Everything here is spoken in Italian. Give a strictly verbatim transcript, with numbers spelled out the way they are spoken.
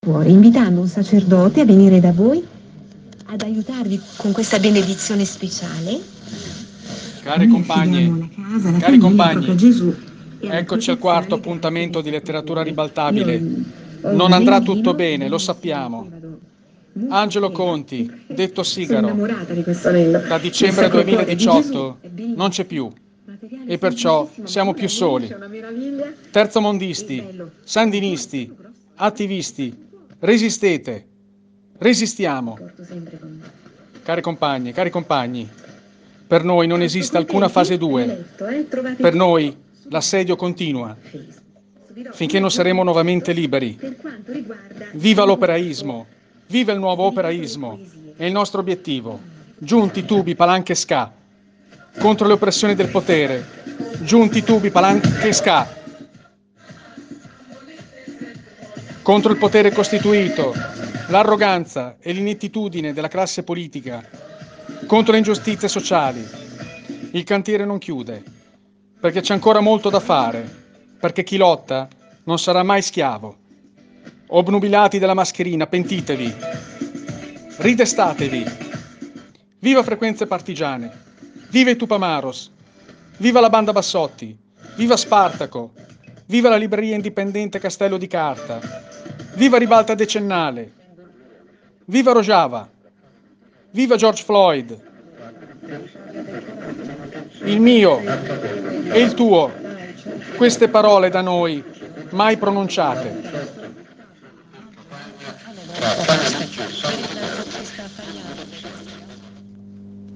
fuori, invitando un sacerdote a venire da voi ad aiutarvi con questa benedizione speciale. Cari Noi affidiamo compagni, la casa, la cari famiglia proprio a compagni, Gesù e alla eccoci al protezione quarto grazia appuntamento dei di letteratura sapori. Io ribaltabile. mm, ho il Non andrà tutto bambino, bene, lo ormai lo studio in cui sappiamo. vado molto Angelo fiera. Conti, detto Sono Sigaro, innamorata di questo anello, da il dicembre Sacro Cuore di Gesù. duemiladiciotto È non c'è bellissimo, più materiale e perciò semplicissimo, ma siamo poi più la luce è soli. una meraviglia. E Terzomondisti, bello, ancora è sandinisti, stato grosso, attivisti, resistete, resistiamo. porto sempre con me. Cari compagni, cari compagni, per noi non Sono esiste alcuna fase contenti? due. Riletto, eh? Trovate Per tutto noi su l'assedio continua, Facebook. Vi do finché un non saremo aggiornamento nuovamente liberi. per quanto riguarda il Viva nuovo l'operaismo, viva il nuovo dedicato alle operaismo, poesie. è il nostro obiettivo. Giunti tubi, palanche ska, contro le oppressioni del potere. Giunti tubi, palanche ska, contro il potere costituito, l'arroganza e l'inettitudine della classe politica, contro le ingiustizie sociali. Il cantiere non chiude, perché c'è ancora molto da fare, perché chi lotta non sarà mai schiavo. Obnubilati della mascherina, pentitevi, ridestatevi. Viva Frequenze Partigiane, viva i Tupamaros, viva la banda Bassotti, viva Spartaco, viva la libreria indipendente Castello di Carta, viva Ribalta Decennale, viva Rojava, viva George Floyd, il mio e il tuo, queste parole da noi mai pronunciate.